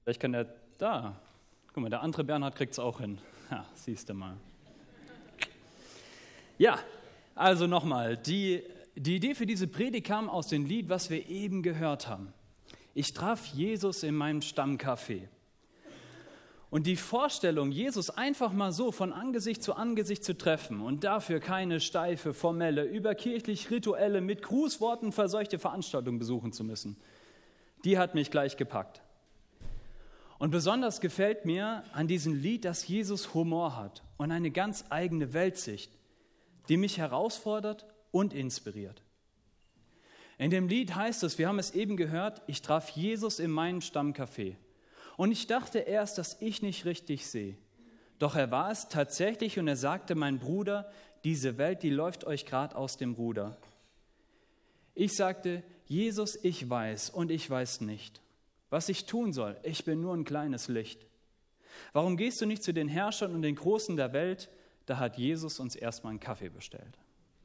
Vielleicht kann der da. Guck mal, der andere Bernhard kriegt es auch hin. Ja, siehst du mal. Ja, also nochmal, die Idee für diese Predigt kam aus dem Lied, was wir eben gehört haben. Ich traf Jesus in meinem Stammcafé. Und die Vorstellung, Jesus einfach mal so von Angesicht zu treffen und dafür keine steife, formelle, überkirchlich rituelle, mit Grußworten verseuchte Veranstaltung besuchen zu müssen, die hat mich gleich gepackt. Und besonders gefällt mir an diesem Lied, dass Jesus Humor hat und eine ganz eigene Weltsicht, die mich herausfordert und inspiriert. In dem Lied heißt es, wir haben es eben gehört, ich traf Jesus in meinem Stammcafé. Und ich dachte erst, dass ich nicht richtig sehe. Doch er war es tatsächlich und er sagte, mein Bruder, diese Welt, die läuft euch gerade aus dem Ruder. Ich sagte, Jesus, ich weiß und ich weiß nicht, was ich tun soll. Ich bin nur ein kleines Licht. Warum gehst du nicht zu den Herrschern und den Großen der Welt? Da hat Jesus uns erstmal einen Kaffee bestellt.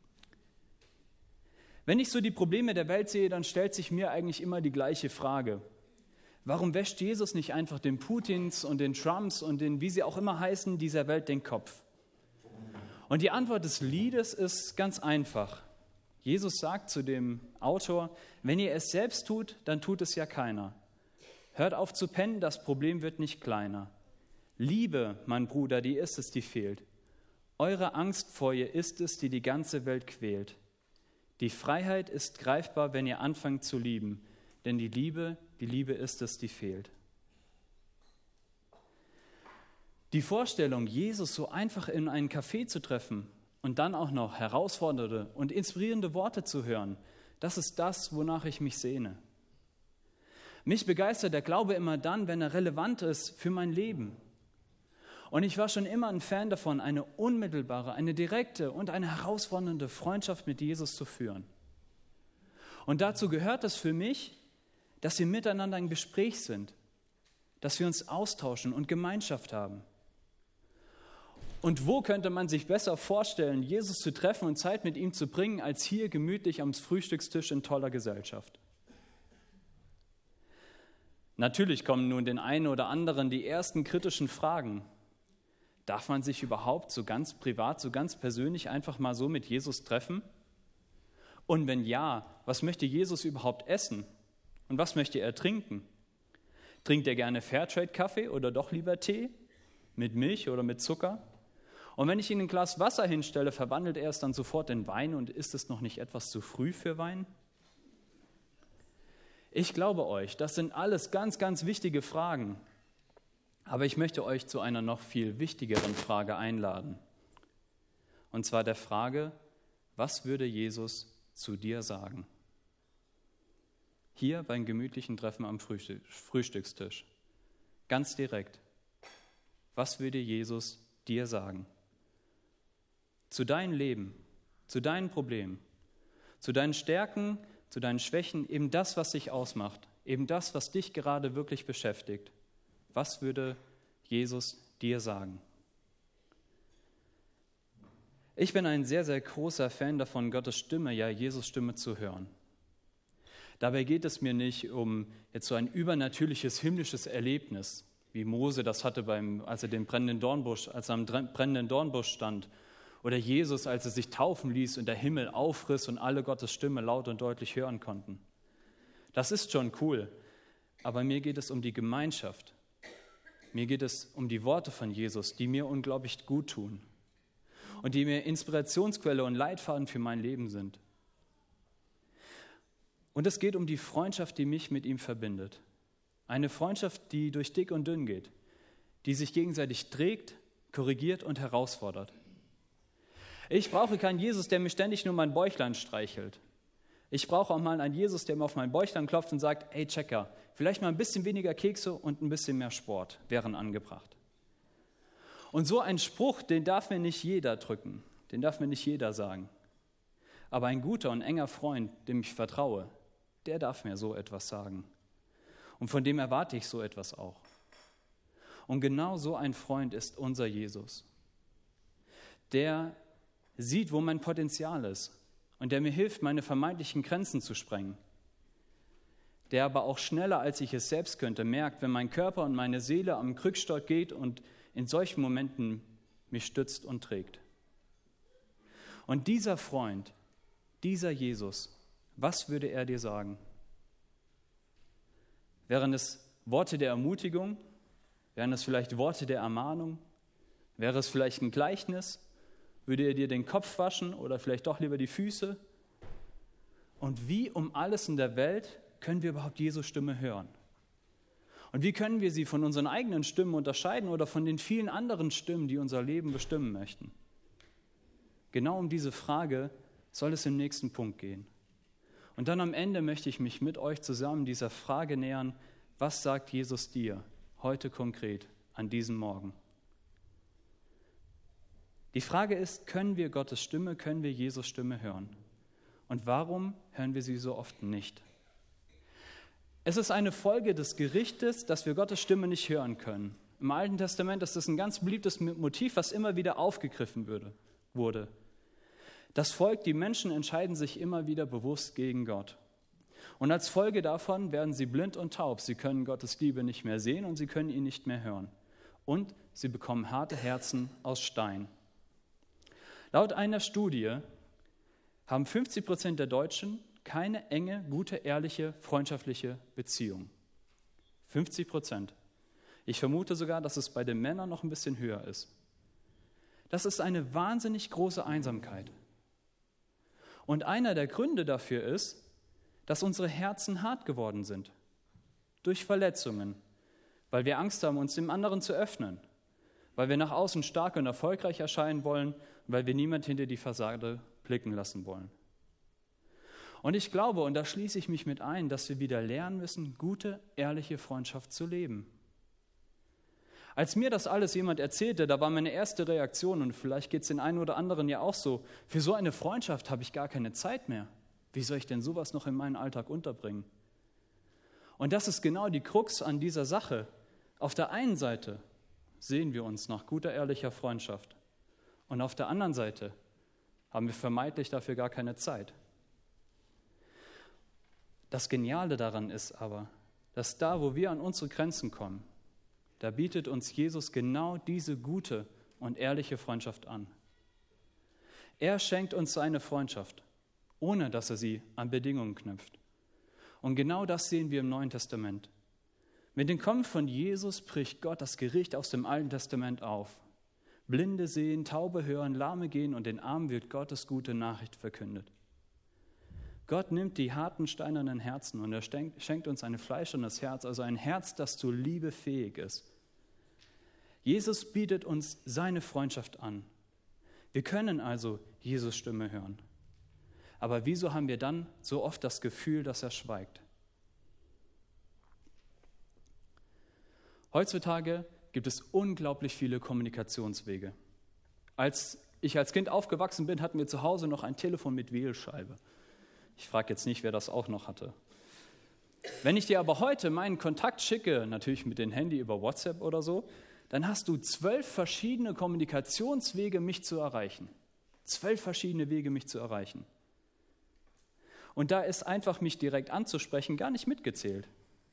Wenn ich so die Probleme der Welt sehe, dann stellt sich mir eigentlich immer die gleiche Frage. Warum wäscht Jesus nicht einfach den Putins und den Trumps und den, wie sie auch immer heißen, dieser Welt den Kopf? Und die Antwort des Liedes ist ganz einfach. Jesus sagt zu dem Autor, wenn ihr es selbst tut, dann tut es ja keiner. Hört auf zu pennen, das Problem wird nicht kleiner. Liebe, mein Bruder, die ist es, die fehlt. Eure Angst vor ihr ist es, die die ganze Welt quält. Die Freiheit ist greifbar, wenn ihr anfangt zu lieben. Denn die Liebe ist es, die fehlt. Die Vorstellung, Jesus so einfach in einen Café zu treffen und dann auch noch herausfordernde und inspirierende Worte zu hören, das ist das, wonach ich mich sehne. Mich begeistert der Glaube immer dann, wenn er relevant ist für mein Leben. Und ich war schon immer ein Fan davon, eine unmittelbare, eine direkte und eine herausfordernde Freundschaft mit Jesus zu führen. Und dazu gehört es für mich, dass wir miteinander im Gespräch sind, dass wir uns austauschen und Gemeinschaft haben. Und wo könnte man sich besser vorstellen, Jesus zu treffen und Zeit mit ihm zu bringen, als hier gemütlich am Frühstückstisch in toller Gesellschaft? Natürlich kommen nun den einen oder anderen die ersten kritischen Fragen. Darf man sich überhaupt so ganz privat, so ganz persönlich einfach mal so mit Jesus treffen? Und wenn ja, was möchte Jesus überhaupt essen? Und was möchte er trinken? Trinkt er gerne Fairtrade-Kaffee oder doch lieber Tee? Mit Milch oder mit Zucker? Und wenn ich ihm ein Glas Wasser hinstelle, verwandelt er es dann sofort in Wein und ist es noch nicht etwas zu früh für Wein? Ich glaube euch, das sind alles ganz, ganz wichtige Fragen. Aber ich möchte euch zu einer noch viel wichtigeren Frage einladen. Und zwar der Frage, was würde Jesus zu dir sagen? Hier beim gemütlichen Treffen am Frühstückstisch. Ganz direkt. Was würde Jesus dir sagen? Zu deinem Leben, zu deinen Problemen, zu deinen Stärken, zu deinen Schwächen, eben das, was dich ausmacht, eben das, was dich gerade wirklich beschäftigt. Was würde Jesus dir sagen? Ich bin ein sehr, sehr großer Fan davon, Gottes Stimme, ja Jesus Stimme zu hören. Dabei geht es mir nicht um jetzt so ein übernatürliches himmlisches Erlebnis, wie Mose das hatte, als er am brennenden Dornbusch stand, oder Jesus, als er sich taufen ließ und der Himmel aufriss und alle Gottes Stimme laut und deutlich hören konnten. Das ist schon cool, aber mir geht es um die Gemeinschaft. Mir geht es um die Worte von Jesus, die mir unglaublich gut tun und die mir Inspirationsquelle und Leitfaden für mein Leben sind. Und es geht um die Freundschaft, die mich mit ihm verbindet. Eine Freundschaft, die durch dick und dünn geht, die sich gegenseitig trägt, korrigiert und herausfordert. Ich brauche keinen Jesus, der mir ständig nur mein Bäuchlein streichelt. Ich brauche auch mal einen Jesus, der mir auf mein Bäuchlein klopft und sagt, hey Checker, vielleicht mal ein bisschen weniger Kekse und ein bisschen mehr Sport wären angebracht. Und so ein Spruch, den darf mir nicht jeder drücken, den darf mir nicht jeder sagen. Aber ein guter und enger Freund, dem ich vertraue, der darf mir so etwas sagen. Und von dem erwarte ich so etwas auch. Und genau so ein Freund ist unser Jesus, der sieht, wo mein Potenzial ist und der mir hilft, meine vermeintlichen Grenzen zu sprengen. der aber auch schneller, als ich es selbst könnte, merkt, wenn mein Körper und meine Seele am Krückstock geht und in solchen Momenten mich stützt und trägt. Und dieser Freund, dieser Jesus, was würde er dir sagen? Wären es Worte der Ermutigung? Wären es vielleicht Worte der Ermahnung? Wäre es vielleicht ein Gleichnis? Würde er dir den Kopf waschen oder vielleicht doch lieber die Füße? Und wie um alles in der Welt können wir überhaupt Jesu Stimme hören? Und wie können wir sie von unseren eigenen Stimmen unterscheiden oder von den vielen anderen Stimmen, die unser Leben bestimmen möchten? Genau um diese Frage soll es im nächsten Punkt gehen. Und dann am Ende möchte ich mich mit euch zusammen dieser Frage nähern, was sagt Jesus dir heute konkret an diesem Morgen? Die Frage ist, können wir Gottes Stimme, können wir Jesus Stimme hören? Und warum hören wir sie so oft nicht? Es ist eine Folge des Gerichtes, dass wir Gottes Stimme nicht hören können. Im Alten Testament ist das ein ganz beliebtes Motiv, was immer wieder aufgegriffen wurde. Das Volk, die Menschen entscheiden sich immer wieder bewusst gegen Gott. Und als Folge davon werden sie blind und taub. Sie können Gottes Liebe nicht mehr sehen und sie können ihn nicht mehr hören. Und sie bekommen harte Herzen aus Stein. Laut einer Studie haben 50% der Deutschen keine enge, gute, ehrliche, freundschaftliche Beziehung. 50%. Ich vermute sogar, dass es bei den Männern noch ein bisschen höher ist. Das ist eine wahnsinnig große Einsamkeit. Und einer der Gründe dafür ist, dass unsere Herzen hart geworden sind. Durch Verletzungen, weil wir Angst haben, uns dem anderen zu öffnen, weil wir nach außen stark und erfolgreich erscheinen wollen und weil wir niemand hinter die Fassade blicken lassen wollen. Und ich glaube, und da schließe ich mich mit ein, dass wir wieder lernen müssen, gute, ehrliche Freundschaft zu leben. Als mir das alles jemand erzählte, da war meine erste Reaktion, und vielleicht geht es den einen oder anderen ja auch so, für so eine Freundschaft habe ich gar keine Zeit mehr. Wie soll ich denn sowas noch in meinen Alltag unterbringen? Und das ist genau die Krux an dieser Sache. Auf der einen Seite sehen wir uns nach guter, ehrlicher Freundschaft. Und auf der anderen Seite haben wir vermeintlich dafür gar keine Zeit. Das Geniale daran ist aber, dass da, wo wir an unsere Grenzen kommen, da bietet uns Jesus genau diese gute und ehrliche Freundschaft an. Er schenkt uns seine Freundschaft, ohne dass er sie an Bedingungen knüpft. Und genau das sehen wir im Neuen Testament. Mit dem Kommen von Jesus bricht Gott das Gericht aus dem Alten Testament auf. Blinde sehen, Taube hören, Lahme gehen und den Armen wird Gottes gute Nachricht verkündet. Gott nimmt die harten, steinernen Herzen und er schenkt uns ein fleischernes Herz, also ein Herz, das zur Liebe fähig ist. Jesus bietet uns seine Freundschaft an. Wir können also Jesus' Stimme hören. Aber wieso haben wir dann so oft das Gefühl, dass er schweigt? Heutzutage gibt es unglaublich viele Kommunikationswege. Als ich als Kind aufgewachsen bin, hatten wir zu Hause noch ein Telefon mit Wählscheibe. Ich frage jetzt nicht, wer das auch noch hatte. Wenn ich dir aber heute meinen Kontakt schicke, natürlich mit dem Handy über WhatsApp oder so, dann hast du 12 verschiedene Kommunikationswege, mich zu erreichen. 12 verschiedene Wege, mich zu erreichen. Und da ist einfach, mich direkt anzusprechen, gar nicht mitgezählt.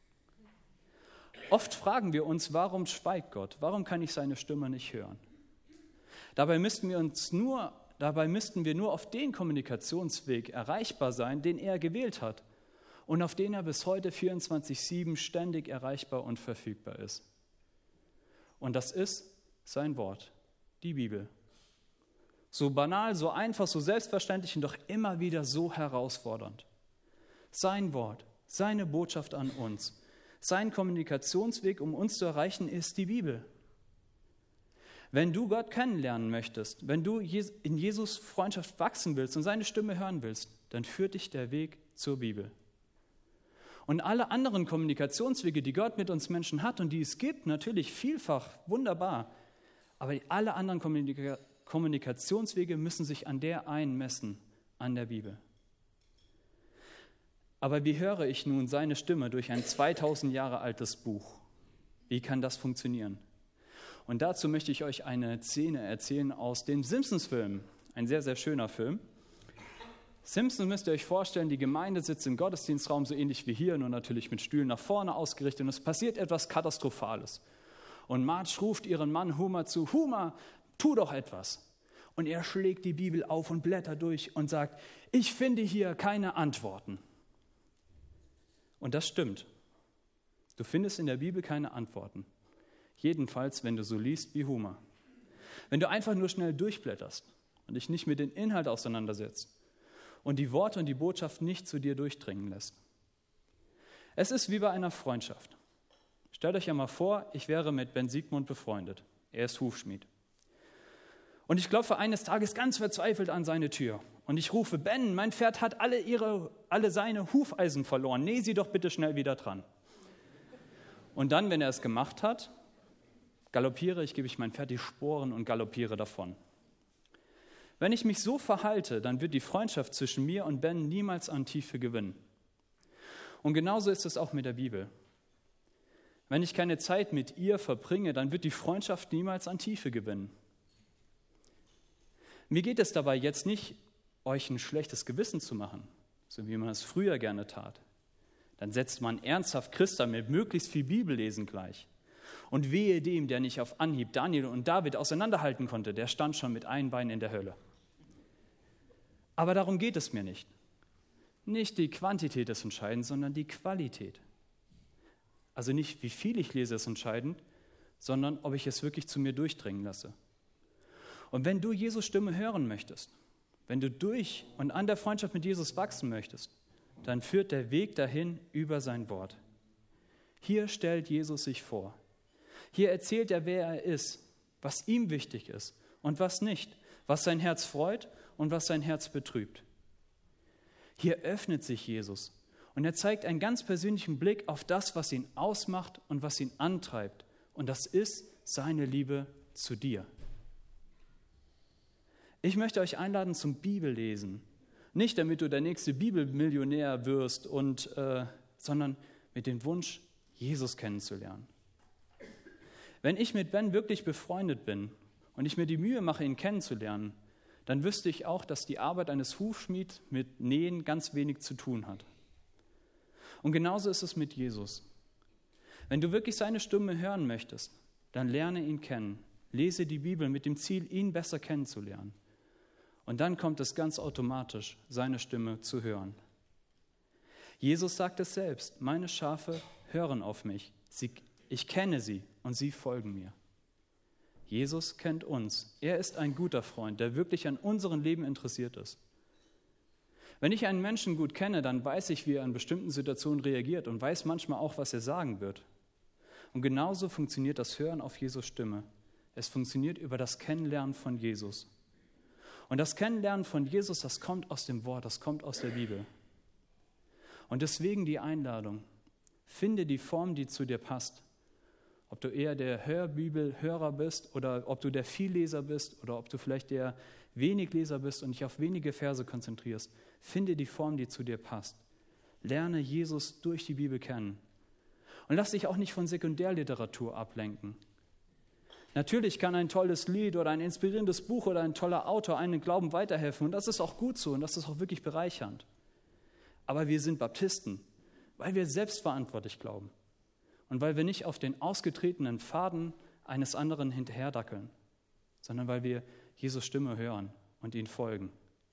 Oft fragen wir uns, warum schweigt Gott? Warum kann ich seine Stimme nicht hören? Dabei müssten wir nur auf den Kommunikationsweg erreichbar sein, den er gewählt hat und auf den er bis heute 24/7 ständig erreichbar und verfügbar ist. Und das ist sein Wort, die Bibel. So banal, so einfach, so selbstverständlich und doch immer wieder so herausfordernd. Sein Wort, seine Botschaft an uns, sein Kommunikationsweg, um uns zu erreichen, ist die Bibel. Wenn du Gott kennenlernen möchtest, wenn du in Jesus Freundschaft wachsen willst und seine Stimme hören willst, dann führt dich der Weg zur Bibel. Und alle anderen Kommunikationswege, die Gott mit uns Menschen hat und die es gibt, natürlich vielfach, wunderbar, aber alle anderen Kommunikationswege müssen sich an der einen messen, an der Bibel. Aber wie höre ich nun seine Stimme durch ein 2000 Jahre altes Buch? Wie kann das funktionieren? Und dazu möchte ich euch eine Szene erzählen aus dem Simpsons-Film. Ein sehr, sehr schöner Film. Simpsons müsst ihr euch vorstellen, die Gemeinde sitzt im Gottesdienstraum so ähnlich wie hier, nur natürlich mit Stühlen nach vorne ausgerichtet und es passiert etwas Katastrophales. Und Marge ruft ihren Mann Homer zu: Homer, tu doch etwas. Und er schlägt die Bibel auf und blättert durch und sagt: Ich finde hier keine Antworten. Und das stimmt. Du findest in der Bibel keine Antworten. Jedenfalls, wenn du so liest wie Homer. Wenn du einfach nur schnell durchblätterst und dich nicht mit dem Inhalt auseinandersetzt und die Worte und die Botschaft nicht zu dir durchdringen lässt. Es ist wie bei einer Freundschaft. Stellt euch einmal vor, ich wäre mit Ben Siegmund befreundet. Er ist Hufschmied. Und ich klopfe eines Tages ganz verzweifelt an seine Tür. Und ich rufe: Ben, mein Pferd hat alle seine Hufeisen verloren. Näh sie doch bitte schnell wieder dran. Und dann, wenn er es gemacht hat, galoppiere ich, gebe ich mein Pferd die Sporen und galoppiere davon. Wenn ich mich so verhalte, dann wird die Freundschaft zwischen mir und Ben niemals an Tiefe gewinnen. Und genauso ist es auch mit der Bibel. Wenn ich keine Zeit mit ihr verbringe, dann wird die Freundschaft niemals an Tiefe gewinnen. Mir geht es dabei jetzt nicht, euch ein schlechtes Gewissen zu machen, so wie man es früher gerne tat. Dann setzt man ernsthaft Christen mit möglichst viel Bibellesen gleich. Und wehe dem, der nicht auf Anhieb Daniel und David auseinanderhalten konnte, der stand schon mit einem Bein in der Hölle. Aber darum geht es mir nicht. Nicht die Quantität ist entscheidend, sondern die Qualität. Also nicht, wie viel ich lese, ist entscheidend, sondern ob ich es wirklich zu mir durchdringen lasse. Und wenn du Jesus Stimme hören möchtest, wenn du durch und an der Freundschaft mit Jesus wachsen möchtest, dann führt der Weg dahin über sein Wort. Hier stellt Jesus sich vor. Hier erzählt er, wer er ist, was ihm wichtig ist und was nicht, was sein Herz freut und was sein Herz betrübt. Hier öffnet sich Jesus und er zeigt einen ganz persönlichen Blick auf das, was ihn ausmacht und was ihn antreibt. Und das ist seine Liebe zu dir. Ich möchte euch einladen zum Bibellesen. Nicht, damit du der nächste Bibelmillionär wirst, sondern mit dem Wunsch, Jesus kennenzulernen. Wenn ich mit Ben wirklich befreundet bin und ich mir die Mühe mache, ihn kennenzulernen, dann wüsste ich auch, dass die Arbeit eines Hufschmieds mit Nähen ganz wenig zu tun hat. Und genauso ist es mit Jesus. Wenn du wirklich seine Stimme hören möchtest, dann lerne ihn kennen. Lese die Bibel mit dem Ziel, ihn besser kennenzulernen. Und dann kommt es ganz automatisch, seine Stimme zu hören. Jesus sagt es selbst: Meine Schafe hören auf mich. Ich kenne sie und sie folgen mir. Jesus kennt uns. Er ist ein guter Freund, der wirklich an unserem Leben interessiert ist. Wenn ich einen Menschen gut kenne, dann weiß ich, wie er in bestimmten Situationen reagiert und weiß manchmal auch, was er sagen wird. Und genauso funktioniert das Hören auf Jesus Stimme. Es funktioniert über das Kennenlernen von Jesus. Und das Kennenlernen von Jesus, das kommt aus dem Wort, das kommt aus der Bibel. Und deswegen die Einladung: Finde die Form, die zu dir passt. Ob du eher der Hörbibelhörer bist oder ob du der Vielleser bist oder ob du vielleicht der Wenigleser bist und dich auf wenige Verse konzentrierst. Finde die Form, die zu dir passt. Lerne Jesus durch die Bibel kennen. Und lass dich auch nicht von Sekundärliteratur ablenken. Natürlich kann ein tolles Lied oder ein inspirierendes Buch oder ein toller Autor einen Glauben weiterhelfen. Und das ist auch gut so und das ist auch wirklich bereichernd. Aber wir sind Baptisten, weil wir selbstverantwortlich glauben. Und weil wir nicht auf den ausgetretenen Pfaden eines anderen hinterherdackeln, sondern weil wir Jesus Stimme hören und ihn folgen.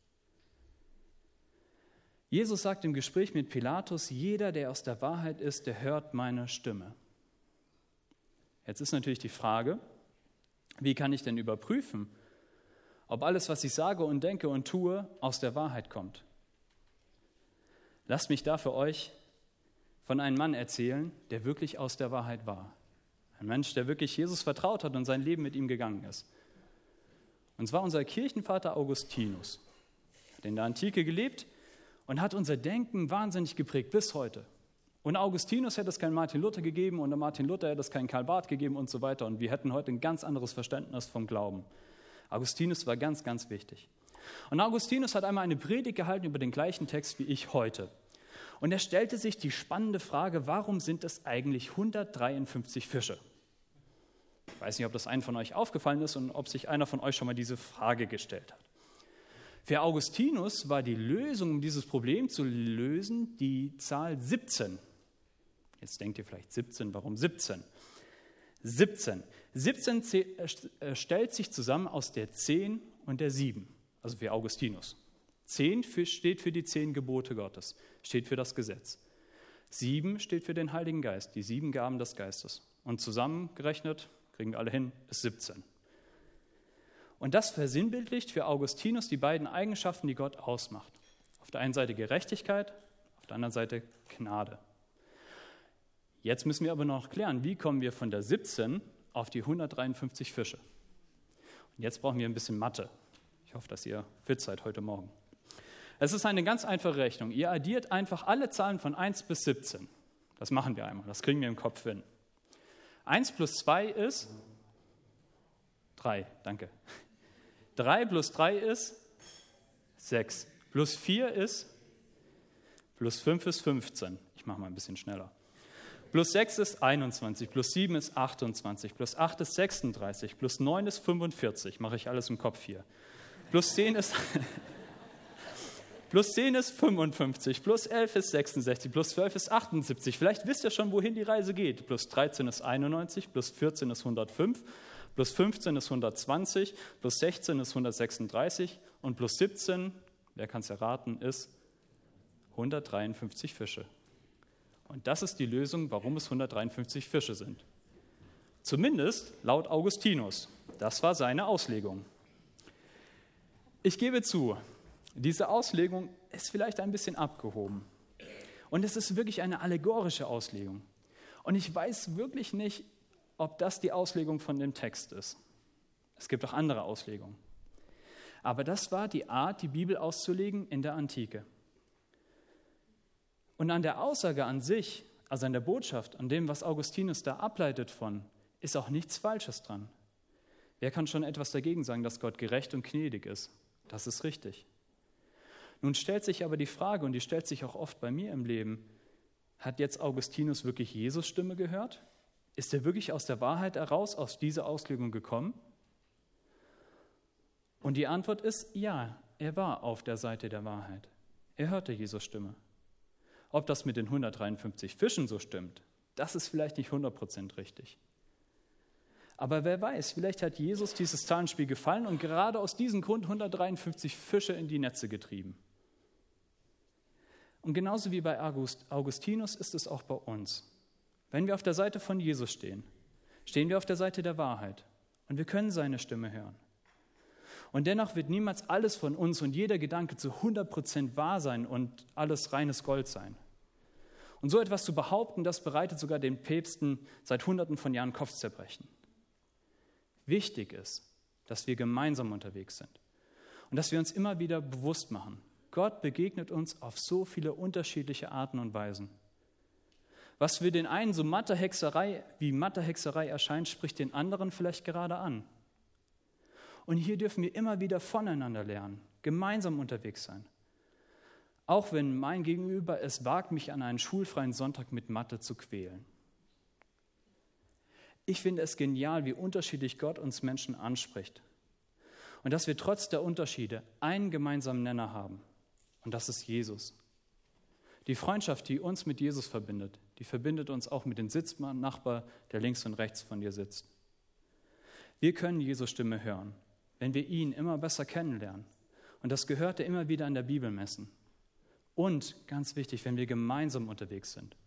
Jesus sagt im Gespräch mit Pilatus: Jeder, der aus der Wahrheit ist, der hört meine Stimme. Jetzt ist natürlich die Frage, wie kann ich denn überprüfen, ob alles, was ich sage und denke und tue, aus der Wahrheit kommt? Lasst mich da für euch von einem Mann erzählen, der wirklich aus der Wahrheit war. Ein Mensch, der wirklich Jesus vertraut hat und sein Leben mit ihm gegangen ist. Und zwar unser Kirchenvater Augustinus. Er hat in der Antike gelebt und hat unser Denken wahnsinnig geprägt bis heute. Und Augustinus hätte es keinen Martin Luther gegeben und Martin Luther hätte es keinen Karl Barth gegeben und so weiter. Und wir hätten heute ein ganz anderes Verständnis vom Glauben. Augustinus war ganz, ganz wichtig. Und Augustinus hat einmal eine Predigt gehalten über den gleichen Text wie ich heute. Und er stellte sich die spannende Frage: Warum sind es eigentlich 153 Fische? Ich weiß nicht, ob das einem von euch aufgefallen ist und ob sich einer von euch schon mal diese Frage gestellt hat. Für Augustinus war die Lösung, um dieses Problem zu lösen, die Zahl 17. Jetzt denkt ihr vielleicht 17, warum 17? 17 stellt sich zusammen aus der 10 und der 7, also für Augustinus. 10 steht für die 10 Gebote Gottes, steht für das Gesetz. 7 steht für den Heiligen Geist, die 7 Gaben des Geistes. Und zusammengerechnet, kriegen wir alle hin, ist 17. Und das versinnbildlicht für Augustinus die beiden Eigenschaften, die Gott ausmacht. Auf der einen Seite Gerechtigkeit, auf der anderen Seite Gnade. Jetzt müssen wir aber noch klären, wie kommen wir von der 17 auf die 153 Fische. Und jetzt brauchen wir ein bisschen Mathe. Ich hoffe, dass ihr fit seid heute Morgen. Es ist eine ganz einfache Rechnung. Ihr addiert einfach alle Zahlen von 1 bis 17. Das machen wir einmal, das kriegen wir im Kopf hin. 1 plus 2 ist 3, danke. 3 plus 3 ist 6. Plus 4 ist, plus 5 ist 15. Ich mache mal ein bisschen schneller. Plus 6 ist 21, plus 7 ist 28, plus 8 ist 36, plus 9 ist 45. Mache ich alles im Kopf hier. Plus 10 ist... Plus 10 ist 55, plus 11 ist 66, plus 12 ist 78. Vielleicht wisst ihr schon, wohin die Reise geht. Plus 13 ist 91, plus 14 ist 105, plus 15 ist 120, plus 16 ist 136 und plus 17, wer kann es erraten, ist 153 Fische. Und das ist die Lösung, warum es 153 Fische sind. Zumindest laut Augustinus. Das war seine Auslegung. Ich gebe zu, diese Auslegung ist vielleicht ein bisschen abgehoben. Und es ist wirklich eine allegorische Auslegung. Und ich weiß wirklich nicht, ob das die Auslegung von dem Text ist. Es gibt auch andere Auslegungen. Aber das war die Art, die Bibel auszulegen in der Antike. Und an der Aussage an sich, also an der Botschaft, an dem, was Augustinus da ableitet von, ist auch nichts Falsches dran. Wer kann schon etwas dagegen sagen, dass Gott gerecht und gnädig ist? Das ist richtig. Nun stellt sich aber die Frage, und die stellt sich auch oft bei mir im Leben, hat jetzt Augustinus wirklich Jesus Stimme gehört? Ist er wirklich aus der Wahrheit heraus aus dieser Auslegung gekommen? Und die Antwort ist ja, er war auf der Seite der Wahrheit. Er hörte Jesus Stimme. Ob das mit den 153 Fischen so stimmt, das ist vielleicht nicht 100% richtig. Aber wer weiß, vielleicht hat Jesus dieses Zahlenspiel gefallen und gerade aus diesem Grund 153 Fische in die Netze getrieben. Und genauso wie bei Augustinus ist es auch bei uns. Wenn wir auf der Seite von Jesus stehen, stehen wir auf der Seite der Wahrheit und wir können seine Stimme hören. Und dennoch wird niemals alles von uns und jeder Gedanke zu 100% wahr sein und alles reines Gold sein. Und so etwas zu behaupten, das bereitet sogar den Päpsten seit Hunderten von Jahren Kopfzerbrechen. Wichtig ist, dass wir gemeinsam unterwegs sind und dass wir uns immer wieder bewusst machen, Gott begegnet uns auf so viele unterschiedliche Arten und Weisen. Was für den einen so wie Mathehexerei erscheint, spricht den anderen vielleicht gerade an. Und hier dürfen wir immer wieder voneinander lernen, gemeinsam unterwegs sein. Auch wenn mein Gegenüber es wagt, mich an einen schulfreien Sonntag mit Mathe zu quälen. Ich finde es genial, wie unterschiedlich Gott uns Menschen anspricht. Und dass wir trotz der Unterschiede einen gemeinsamen Nenner haben. Und das ist Jesus. Die Freundschaft, die uns mit Jesus verbindet, die verbindet uns auch mit dem Sitznachbar, der links und rechts von dir sitzt. Wir können Jesu Stimme hören, wenn wir ihn immer besser kennenlernen. Und das gehört er immer wieder an der Bibel messen. Und, ganz wichtig, wenn wir gemeinsam unterwegs sind.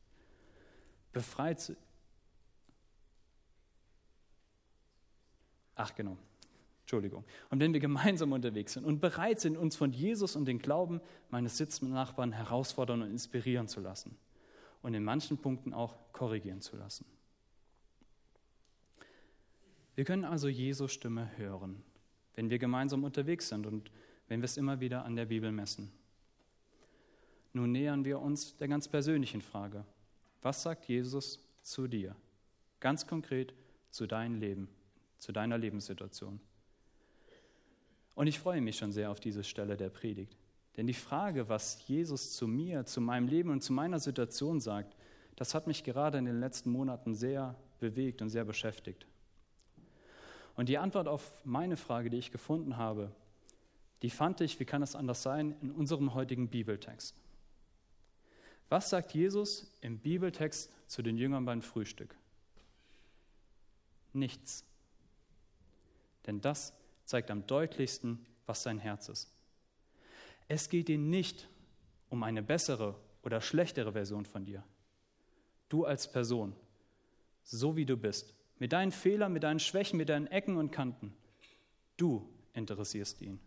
Und wenn wir gemeinsam unterwegs sind und bereit sind, uns von Jesus und dem Glauben meines Sitznachbarn herausfordern und inspirieren zu lassen. Und in manchen Punkten auch korrigieren zu lassen. Wir können also Jesu Stimme hören, wenn wir gemeinsam unterwegs sind und wenn wir es immer wieder an der Bibel messen. Nun nähern wir uns der ganz persönlichen Frage. Was sagt Jesus zu dir? Ganz konkret zu deinem Leben, zu deiner Lebenssituation. Und ich freue mich schon sehr auf diese Stelle der Predigt. Denn die Frage, was Jesus zu mir, zu meinem Leben und zu meiner Situation sagt, das hat mich gerade in den letzten Monaten sehr bewegt und sehr beschäftigt. Und die Antwort auf meine Frage, die ich gefunden habe, Die fand ich, wie kann es anders sein, in unserem heutigen Bibeltext. Was sagt Jesus im Bibeltext zu den Jüngern beim Frühstück? Nichts. Denn das zeigt am deutlichsten, was sein Herz ist. Es geht ihm nicht um eine bessere oder schlechtere Version von dir. Du als Person, so wie du bist, mit deinen Fehlern, mit deinen Schwächen, mit deinen Ecken und Kanten, du interessierst ihn.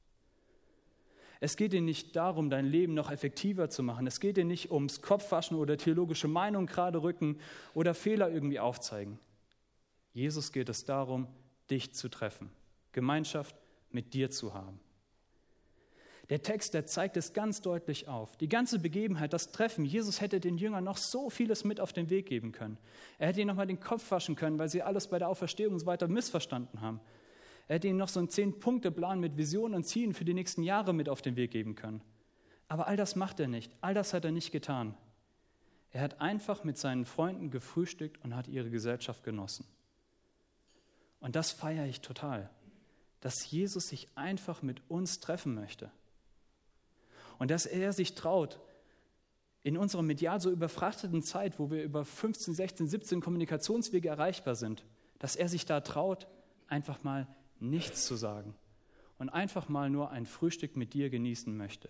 Es geht ihm nicht darum, dein Leben noch effektiver zu machen. Es geht ihm nicht ums Kopfwaschen oder theologische Meinung gerade rücken oder Fehler irgendwie aufzeigen. Jesus geht es darum, dich zu treffen, Gemeinschaft mit dir zu haben. Der Text, der zeigt es ganz deutlich auf. Die ganze Begebenheit, das Treffen, Jesus hätte den Jüngern noch so vieles mit auf den Weg geben können. Er hätte ihnen nochmal den Kopf waschen können, weil sie alles bei der Auferstehung und so weiter missverstanden haben. Er hätte ihnen noch so einen 10-Punkte-Plan mit Visionen und Zielen für die nächsten Jahre mit auf den Weg geben können. Aber all das macht er nicht. All das hat er nicht getan. Er hat einfach mit seinen Freunden gefrühstückt und hat ihre Gesellschaft genossen. Und das feiere ich total, dass Jesus sich einfach mit uns treffen möchte. Und dass er sich traut, in unserer medial so überfrachteten Zeit, wo wir über 15, 16, 17 Kommunikationswege erreichbar sind, dass er sich da traut, einfach mal nichts zu sagen und einfach mal nur ein Frühstück mit dir genießen möchte.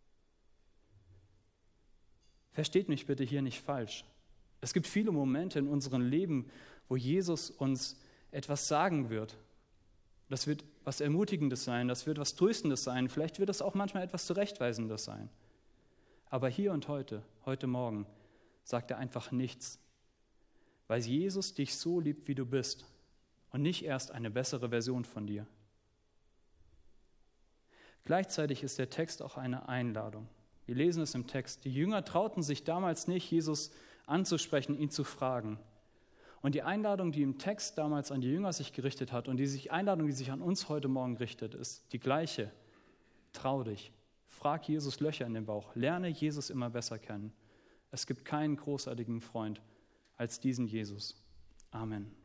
Versteht mich bitte hier nicht falsch. Es gibt viele Momente in unserem Leben, wo Jesus uns etwas sagen wird. Das wird was Ermutigendes sein, das wird was Tröstendes sein, vielleicht wird es auch manchmal etwas Zurechtweisendes sein. Aber hier und heute Morgen, sagt er einfach nichts, weil Jesus dich so liebt, wie du bist und nicht erst eine bessere Version von dir. Gleichzeitig ist der Text auch eine Einladung. Wir lesen es im Text. Die Jünger trauten sich damals nicht, Jesus anzusprechen, ihn zu fragen. Und die Einladung, die im Text damals an die Jünger sich gerichtet hat und die Einladung, die sich an uns heute Morgen richtet, ist die gleiche. Trau dich. Frag Jesus Löcher in den Bauch. Lerne Jesus immer besser kennen. Es gibt keinen großartigen Freund als diesen Jesus. Amen.